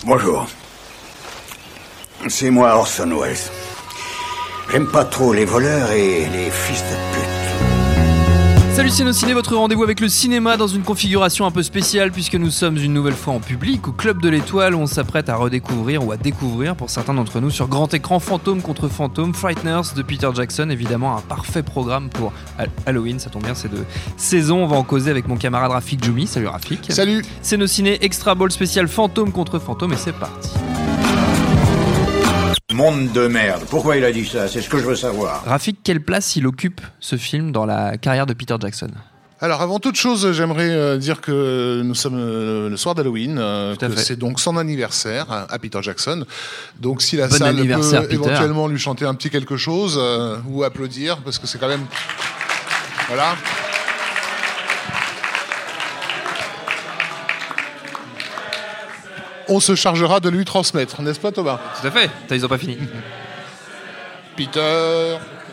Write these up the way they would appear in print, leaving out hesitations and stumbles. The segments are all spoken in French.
Bonjour. C'est moi Orson Welles. J'aime pas trop les voleurs et les fils de pute. Salut Ciné, votre rendez-vous avec le cinéma dans une configuration un peu spéciale puisque nous sommes une nouvelle fois en public au Club de l'Étoile où on s'apprête à redécouvrir ou à découvrir pour certains d'entre nous sur grand écran Fantôme contre Fantôme, Frighteners de Peter Jackson, évidemment un parfait programme pour Halloween, ça tombe bien, c'est de saison. On va en causer avec mon camarade Rafik Djoumi. Salut Rafik. Salut. C'est nos ciné Extra Ball spécial Fantôme contre Fantôme et c'est parti. Monde de merde. Pourquoi il a dit ça? C'est ce que je veux savoir. Rafik, quelle place il occupe ce film dans la carrière de Peter Jackson? Alors avant toute chose, j'aimerais dire que nous sommes le soir d'Halloween, que c'est donc son anniversaire à Peter Jackson. Donc si la salle peut Peter. Éventuellement lui chanter un petit quelque chose ou applaudir, parce que c'est quand même... Voilà. On se chargera de lui transmettre, n'est-ce pas Thomas? Tout à fait, ils ont pas fini. Peter...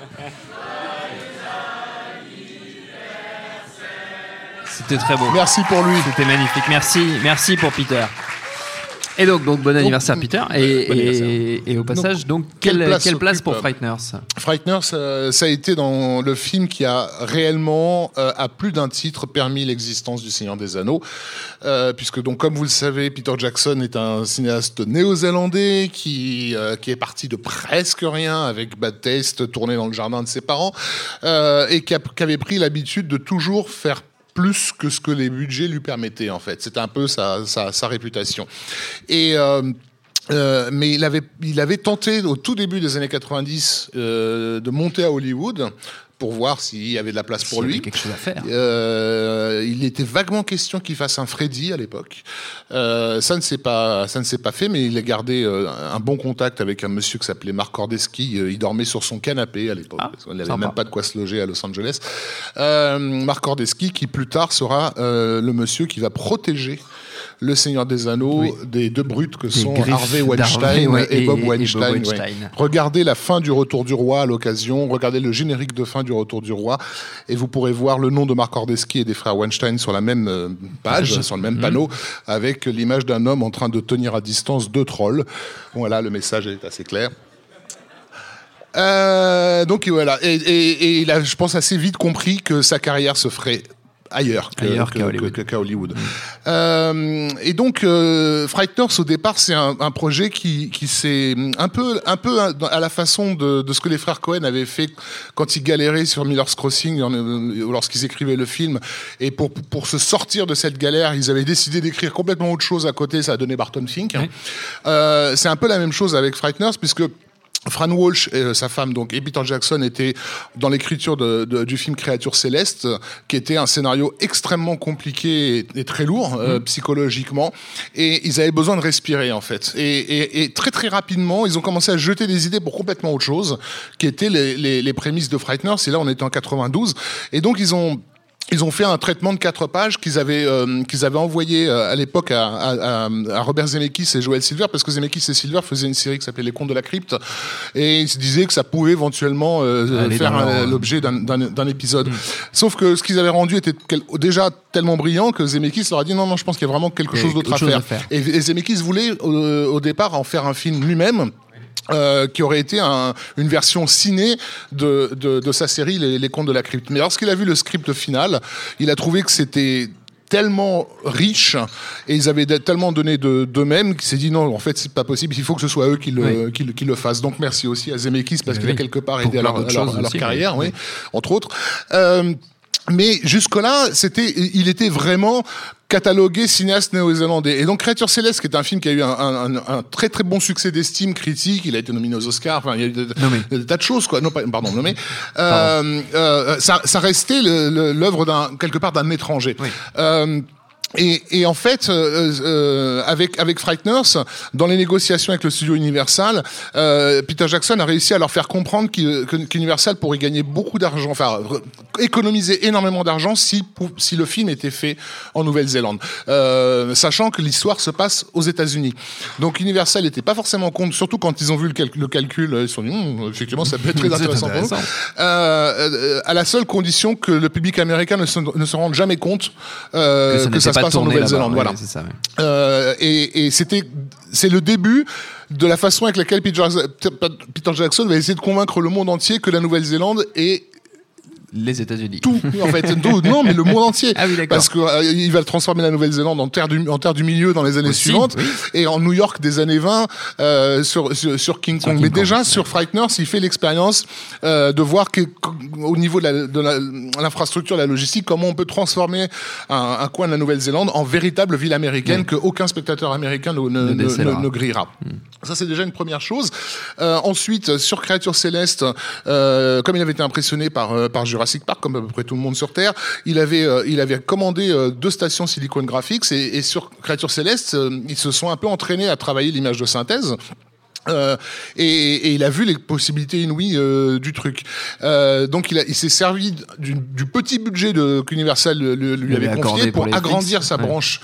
C'était très beau. Merci pour lui. C'était magnifique. Merci pour Peter. Et donc bon anniversaire Peter. Et au passage, donc quelle place pour Frighteners? Frighteners, ça a été dans le film qui a réellement, à plus d'un titre, permis l'existence du Seigneur des Anneaux. Puisque donc, comme vous le savez, Peter Jackson est un cinéaste néo-zélandais qui est parti de presque rien avec Bad Taste, tourné dans le jardin de ses parents, et qui avait pris l'habitude de toujours faire plus que ce que les budgets lui permettaient, en fait. C'était un peu sa réputation. Mais il avait tenté, au tout début des années 90, de monter à Hollywood pour voir s'il y avait de la place pour lui. Il y avait quelque chose à faire. Il était vaguement question qu'il fasse un Freddy à l'époque. Ça ne s'est pas fait, mais il a gardé un bon contact avec un monsieur qui s'appelait Mark Kordeski. Il dormait sur son canapé à l'époque. Parce qu'on n'avait même pas de quoi se loger à Los Angeles. Mark Kordeski, qui plus tard sera le monsieur qui va protéger le Seigneur des Anneaux des deux brutes que sont Harvey Weinstein et Bob Weinstein. Regardez la fin du Retour du Roi à l'occasion, regardez le générique de fin du Retour du Roi, et vous pourrez voir le nom de Mark Kordeski et des frères Weinstein sur la même page, sur le même panneau, avec l'image d'un homme en train de tenir à distance deux trolls. Voilà, le message est assez clair. Donc voilà, et il a, je pense, assez vite compris que sa carrière se ferait ailleurs qu'à Hollywood. Et donc, Frighteners, au départ, c'est un projet qui s'est un peu à la façon de ce que les frères Cohen avaient fait quand ils galéraient sur Miller's Crossing lorsqu'ils écrivaient le film. Et pour se sortir de cette galère, ils avaient décidé d'écrire complètement autre chose à côté. Ça a donné Barton Fink. Oui. C'est un peu la même chose avec Frighteners, puisque Fran Walsh, sa femme, donc, et Peter Jackson étaient dans l'écriture du film Créature céleste, qui était un scénario extrêmement compliqué et très lourd psychologiquement, et ils avaient besoin de respirer en fait. Et très très rapidement, ils ont commencé à jeter des idées pour complètement autre chose, qui étaient les prémices de Frighteners. Et là, on était en 92, et donc ils ont fait un traitement de 4 pages qu'ils avaient envoyé à l'époque à Robert Zemeckis et Joel Silver, parce que Zemeckis et Silver faisaient une série qui s'appelait Les Contes de la Crypte, et ils se disaient que ça pouvait éventuellement faire l'objet d'un épisode. Sauf que ce qu'ils avaient rendu était déjà tellement brillant que Zemeckis leur a dit non, je pense qu'il y a vraiment quelque chose d'autre à faire. Et Zemeckis voulait au départ en faire un film lui-même, qui aurait été une version ciné de sa série Les Contes de la Crypte. Mais lorsqu'il a vu le script final, il a trouvé que c'était tellement riche et ils avaient tellement donné d'eux-mêmes qu'il s'est dit non, en fait c'est pas possible, il faut que ce soit eux qui le fassent. Donc merci aussi à Zemeckis parce qu'il a quelque part aidé à leur carrière, entre autres. Mais jusque-là, il était vraiment catalogué cinéaste néo-zélandais. Et donc Créature céleste, qui est un film qui a eu un très très bon succès d'estime critique, il a été nominé aux Oscars, enfin il y a eu des tas de choses, quoi. Non, pardon, nommé. Ça restait l'œuvre quelque part d'un étranger. Oui. Et en fait, avec Frighteners, dans les négociations avec le studio Universal, Peter Jackson a réussi à leur faire comprendre qu'Universal pourrait gagner beaucoup d'argent, enfin économiser énormément d'argent si le film était fait en Nouvelle-Zélande, sachant que l'histoire se passe aux États-Unis. Donc Universal n'était pas forcément contre, surtout quand ils ont vu le calcul, ils se sont dit effectivement ça peut être très intéressant pour nous. À la seule condition que le public américain ne se rende jamais compte que ça se passe passe en Nouvelle-Zélande. Voilà. C'est ça, ouais. Et c'est le début de la façon avec laquelle Peter Jackson va essayer de convaincre le monde entier que la Nouvelle-Zélande est les États-Unis. Tout, en fait. Non, mais le monde entier. Ah oui, d'accord. Parce qu'il va transformer la Nouvelle-Zélande en terre du milieu dans les années suivantes. Oui. Et en New York des années 20, sur King Kong. Mais déjà, sur Frighteners, il fait l'expérience de voir au niveau de l'infrastructure, la logistique, comment on peut transformer un coin de la Nouvelle-Zélande en véritable ville américaine qu'aucun spectateur américain ne grillera. Ça, c'est déjà une première chose. Ensuite, sur Créatures Célestes, comme il avait été impressionné par Jurassic Park, comme à peu près tout le monde sur Terre, il avait commandé 2 stations Silicon Graphics et sur Créatures Célestes, ils se sont un peu entraînés à travailler l'image de synthèse. Et il a vu les possibilités inouïes du truc. Donc il s'est servi du petit budget qu'Universal lui avait confié pour agrandir sa branche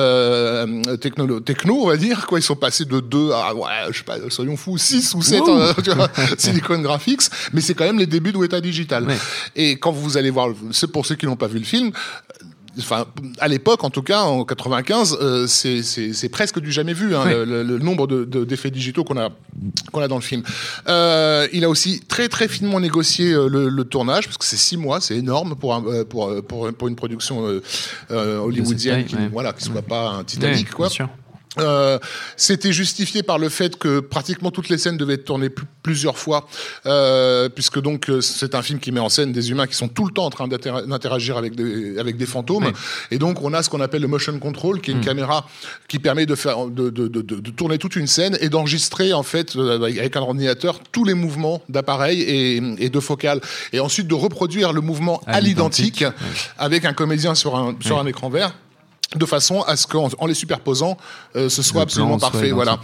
techno, on va dire. Ils sont passés de 2 à, je sais pas, soyons fous, 6 ou 7 Silicon Graphics, mais c'est quand même les débuts de Weta Digital. Ouais. Et quand vous allez voir, c'est pour ceux qui n'ont pas vu le film, enfin, à l'époque, en tout cas, en 95, c'est presque du jamais vu, hein, le nombre d'effets digitaux qu'on a dans le film. Il a aussi très très finement négocié le tournage, parce que c'est 6 mois, c'est énorme pour une production hollywoodienne qui soit pas un Titanic, quoi. Bien sûr. C'était justifié par le fait que pratiquement toutes les scènes devaient être tournées plusieurs fois, puisque donc c'est un film qui met en scène des humains qui sont tout le temps en train d'interagir avec des fantômes, et donc on a ce qu'on appelle le motion control, qui est une caméra qui permet de tourner toute une scène et d'enregistrer en fait avec un ordinateur tous les mouvements d'appareil et de focale, et ensuite de reproduire le mouvement à l'identique avec un comédien sur un écran vert, de façon à ce qu'en les superposant, ce soit absolument parfait. Voilà.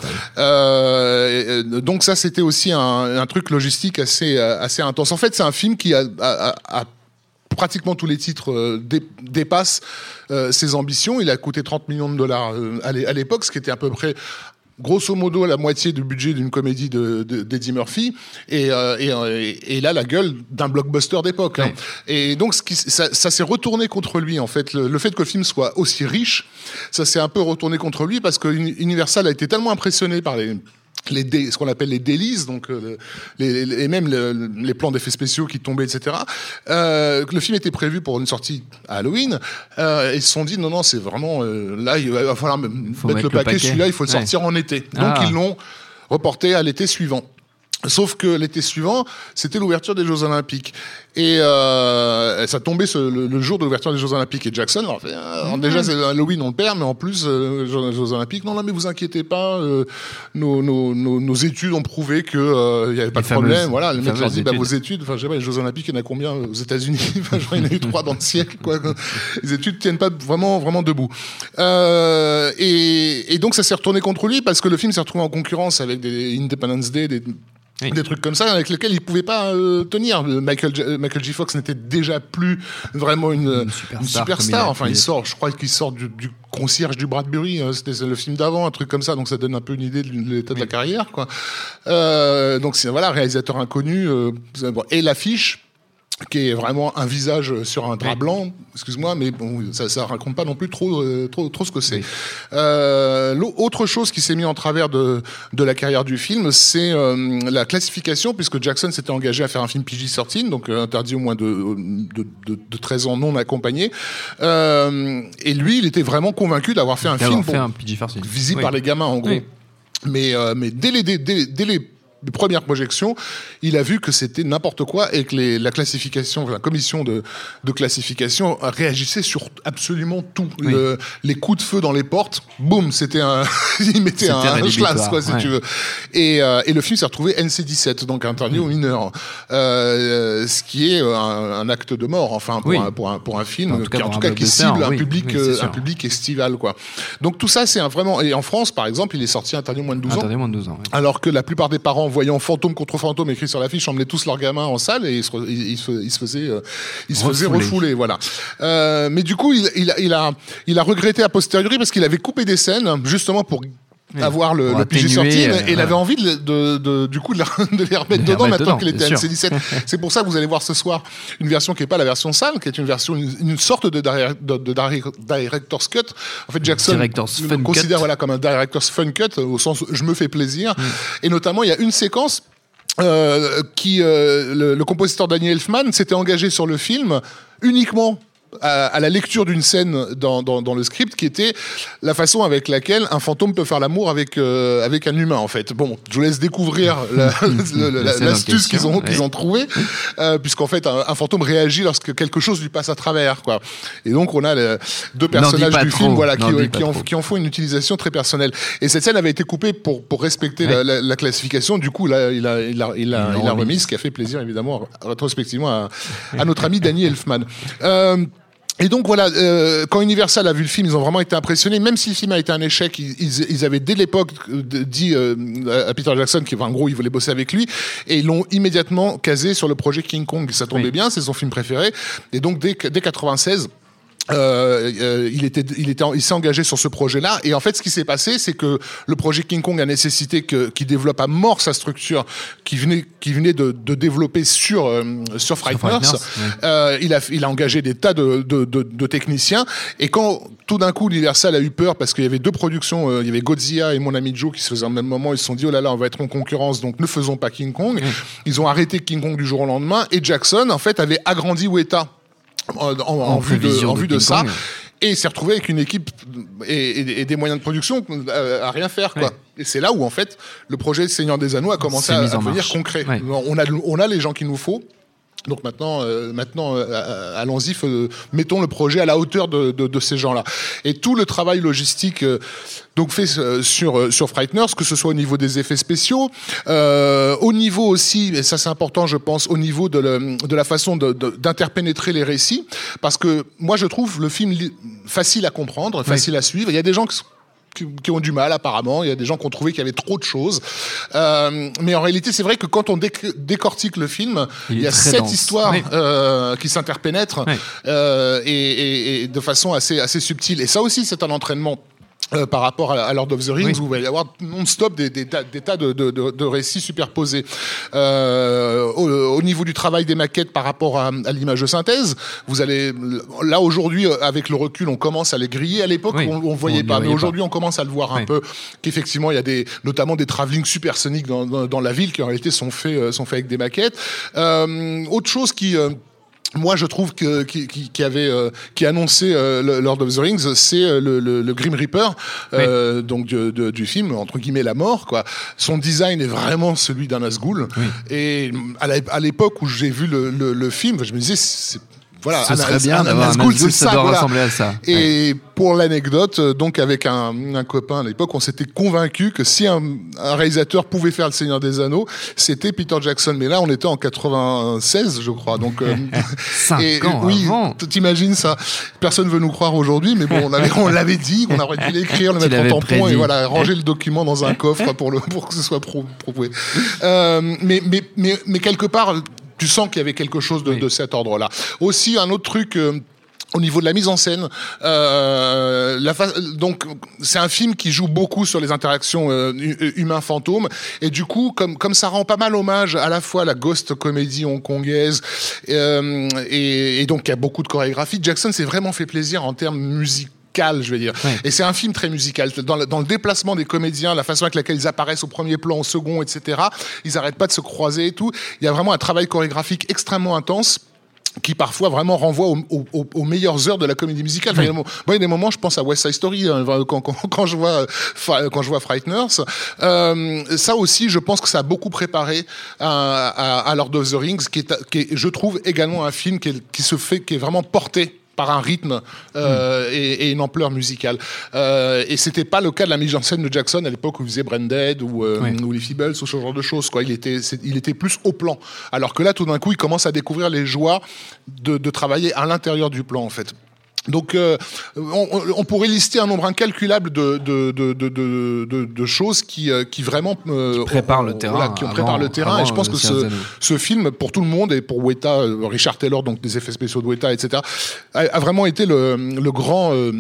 Donc ça, c'était aussi un truc logistique assez intense. En fait, c'est un film qui a pratiquement tous les titres dépassent ses ambitions. Il a coûté $30 millions à l'époque, ce qui était à peu près grosso modo la moitié du budget d'une comédie d'Eddie Murphy, et là la gueule d'un blockbuster d'époque. Hein. Et donc ça s'est retourné contre lui, en fait. Le fait que le film soit aussi riche, ça s'est un peu retourné contre lui, parce que Universal a été tellement impressionné par ce qu'on appelle les dailies, donc et même les plans d'effets spéciaux qui tombaient, etc. Le film était prévu pour une sortie à Halloween. Ils se sont dit non, c'est vraiment là, il va falloir mettre le paquet. Celui-là, il faut le sortir en été. Donc ils l'ont reporté à l'été suivant. Sauf que l'été suivant, c'était l'ouverture des Jeux Olympiques. Et ça tombait le jour de l'ouverture des Jeux Olympiques. Et Jackson, déjà, c'est Halloween, on le perd, mais en plus, les Jeux Olympiques, non, mais vous inquiétez pas, nos études ont prouvé qu'il n'y avait pas de problème. Voilà, le mec leur dit, vos études, je sais pas, les Jeux Olympiques, il y en a combien aux États-Unis? Il y en a eu 3 dans le siècle, quoi. Les études tiennent pas vraiment debout. Et donc, ça s'est retourné contre lui, parce que le film s'est retrouvé en concurrence avec des Independence Day, des trucs comme ça avec lesquels il pouvait pas tenir. Michael J. Fox n'était déjà plus vraiment une superstar. Enfin, je crois qu'il sort du concierge du Bradbury. C'était le film d'avant, un truc comme ça. Donc ça donne un peu une idée de l'état de la carrière, quoi. Donc réalisateur inconnu. Et l'affiche, qui est vraiment un visage sur un drap blanc, excuse-moi, mais bon, ça raconte pas non plus trop ce que c'est. Autre chose qui s'est mis en travers de la carrière du film, c'est la classification, puisque Jackson s'était engagé à faire un film PG-13, donc interdit au moins de 13 ans non accompagné. Et lui, il était vraiment convaincu d'avoir fait un film visible par les gamins, en gros. Mais dès les premières projections, il a vu que c'était n'importe quoi, et que la commission de classification réagissait sur absolument tout. Les coups de feu dans les portes, boum, il mettait un schlass, quoi, si tu veux. Et le film s'est retrouvé NC-17, donc interdit aux mineurs, ce qui est un acte de mort, enfin pour un film qui cible un public estival, quoi. Donc tout ça, c'est vraiment. Et en France, par exemple, il est sorti interdit aux moins de 12 ans. Alors que la plupart des parents, voyant fantôme contre fantôme écrit sur l'affiche, emmenaient tous leurs gamins en salle, et ils se faisaient refouler, voilà. Mais du coup, il a regretté a posteriori, parce qu'il avait coupé des scènes justement pour avoir le pigé sorti, et il avait envie du coup de les remettre dedans maintenant qu'il était NC-17. C'est pour ça que vous allez voir ce soir une version qui n'est pas la version sale, qui est une sorte de director's cut. En fait, Jackson le considère comme un director's fun cut, au sens où je me fais plaisir. Et notamment, il y a une séquence le compositeur Danny Elfman s'était engagé sur le film uniquement à la lecture d'une scène dans le script, qui était la façon avec laquelle un fantôme peut faire l'amour avec un humain, en fait. Bon, je vous laisse découvrir l'astuce qu'ils ont trouvée, puisqu'en fait un fantôme réagit lorsque quelque chose lui passe à travers, quoi. Et donc on a deux personnages du film qui en font une utilisation très personnelle. Et cette scène avait été coupée pour respecter la classification. Du coup là il a remis, ce qui a fait plaisir évidemment rétrospectivement à notre ami Danny Elfman. Et donc voilà, quand Universal a vu le film, ils ont vraiment été impressionnés. Même si le film a été un échec, ils avaient dès l'époque dit à Peter Jackson qu'en gros ils voulaient bosser avec lui, et ils l'ont immédiatement casé sur le projet King Kong. Ça tombait bien, c'est son film préféré. Et donc dès 96. Il s'est engagé sur ce projet-là, et en fait ce qui s'est passé, c'est que le projet King Kong a nécessité qu'il développe à mort sa structure qui venait de développer sur Frighteners. Il a engagé des tas de techniciens, et quand tout d'un coup Universal a eu peur parce qu'il y avait deux productions, il y avait Godzilla et Mon Ami Joe qui se faisaient en même moment, ils se sont dit oh là là, on va être en concurrence, donc ne faisons pas King Kong. Ils ont arrêté King Kong du jour au lendemain, et Jackson en fait avait agrandi Weta en vue de ça, et s'est retrouvé avec une équipe et des moyens de production à rien faire, quoi. Et c'est là où en fait le projet Seigneur des Anneaux a commencé à devenir concret. On a les gens qu'il nous faut. Donc maintenant, allons-y, mettons le projet à la hauteur de ces gens-là. Et tout le travail logistique donc fait sur Frighteners, que ce soit au niveau des effets spéciaux, au niveau aussi, et ça c'est important je pense, au niveau de la façon d'interpénétrer les récits, parce que moi je trouve le film facile à comprendre, facile à suivre. Il y a des gens qui ont du mal apparemment, il y a des gens qui ont trouvé qu'il y avait trop de choses, mais en réalité c'est vrai que quand on décortique le film, il y a 7 histoires qui s'interpénètrent, et de façon assez subtile, et ça aussi c'est un entraînement par rapport à Lord of the Rings, où il va y avoir non-stop des tas de récits superposés. Au niveau du travail des maquettes par rapport à l'image de synthèse, vous allez là aujourd'hui, avec le recul, on commence à les griller. À l'époque, on voyait pas, mais aujourd'hui on commence à le voir un peu, qu'effectivement il y a notamment des travelling supersoniques dans la ville qui en réalité sont faits avec des maquettes. Autre chose moi, je trouve qui annonçait Lord of the Rings, c'est le Grim Reaper, donc du film, entre guillemets, la mort, quoi. Son design est vraiment celui d'un Nazgûl. Et à l'époque où j'ai vu le film, je me disais, voilà, ce serait bien d'avoir un Nazgûl, ça doit ressembler à ça. Et pour l'anecdote, donc avec un copain à l'époque, on s'était convaincu que si un réalisateur pouvait faire Le Seigneur des Anneaux, c'était Peter Jackson. Mais là, on était en 96, je crois. Donc 5 ans avant. T'imagines ça? Personne veut nous croire aujourd'hui, mais bon, on l'avait dit, qu'on aurait dû l'écrire, le mettre en tampon et voilà, ranger le document dans un coffre pour que ce soit prouvé. Mais quelque part, tu sens qu'il y avait quelque chose de cet ordre-là. Aussi, un autre truc. Au niveau de la mise en scène, donc c'est un film qui joue beaucoup sur les interactions humains-fantômes, et du coup, comme ça rend pas mal hommage à la fois à la ghost comédie hongkongaise, et donc il y a beaucoup de chorégraphie. Jackson s'est vraiment fait plaisir en termes musicaux, je vais dire. Et c'est un film très musical. Dans le déplacement des comédiens, la façon avec laquelle ils apparaissent au premier plan, au second, etc. Ils n'arrêtent pas de se croiser et tout. Il y a vraiment un travail chorégraphique extrêmement intense, qui parfois vraiment renvoie aux meilleures heures de la comédie musicale. Enfin, il y a des moments, je pense à West Side Story, quand je vois Frighteners. Ça aussi, je pense que ça a beaucoup préparé à Lord of the Rings, qui est, je trouve, également un film qui est vraiment porté par un rythme et une ampleur musicale. Et c'était pas le cas de la mise en scène de Jackson à l'époque où il faisait Branded ou les Feebles ou ce genre de choses, quoi. Il était plus au plan. Alors que là, tout d'un coup, il commence à découvrir les joies de travailler à l'intérieur du plan, en fait. Donc, on pourrait lister un nombre incalculable de choses qui vraiment préparent le terrain. Qui préparent le terrain. Et je pense que ce film, pour tout le monde et pour Weta, Richard Taylor, donc des effets spéciaux de Weta, etc., a vraiment été le grand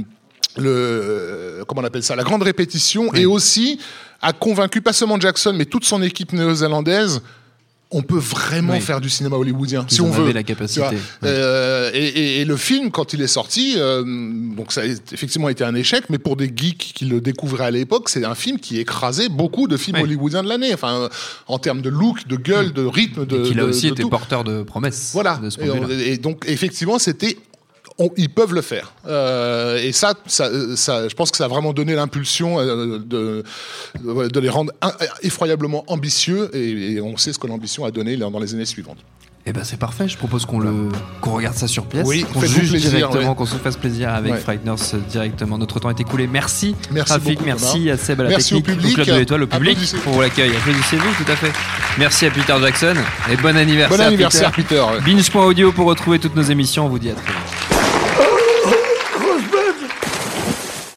comment on appelle ça, la grande répétition, et aussi a convaincu pas seulement Jackson, mais toute son équipe néo-zélandaise. On peut vraiment faire du cinéma hollywoodien si on veut. La capacité. Et le film, quand il est sorti, donc ça a effectivement été un échec, mais pour des geeks qui le découvraient à l'époque, c'est un film qui écrasait beaucoup de films hollywoodiens de l'année. Enfin, en termes de look, de gueule, de rythme, qui a aussi été porteur de promesses. Voilà. De ce et donc effectivement, ils peuvent le faire. Et ça, je pense que ça a vraiment donné l'impulsion de les rendre effroyablement ambitieux. Et on sait ce que l'ambition a donné dans les années suivantes. Eh ben c'est parfait, je propose qu'on regarde ça sur pièce, qu'on juge directement, qu'on se fasse plaisir avec Frighteners directement. Notre temps est écoulé, merci Rafik, beaucoup, merci à Seb à la technique, au public, Club de l'Étoile, au public pour l'accueil. Applaudissez-vous, tout à fait. Merci à Peter Jackson et bon anniversaire Peter. Binge.audio pour retrouver toutes nos émissions, on vous dit à très vite.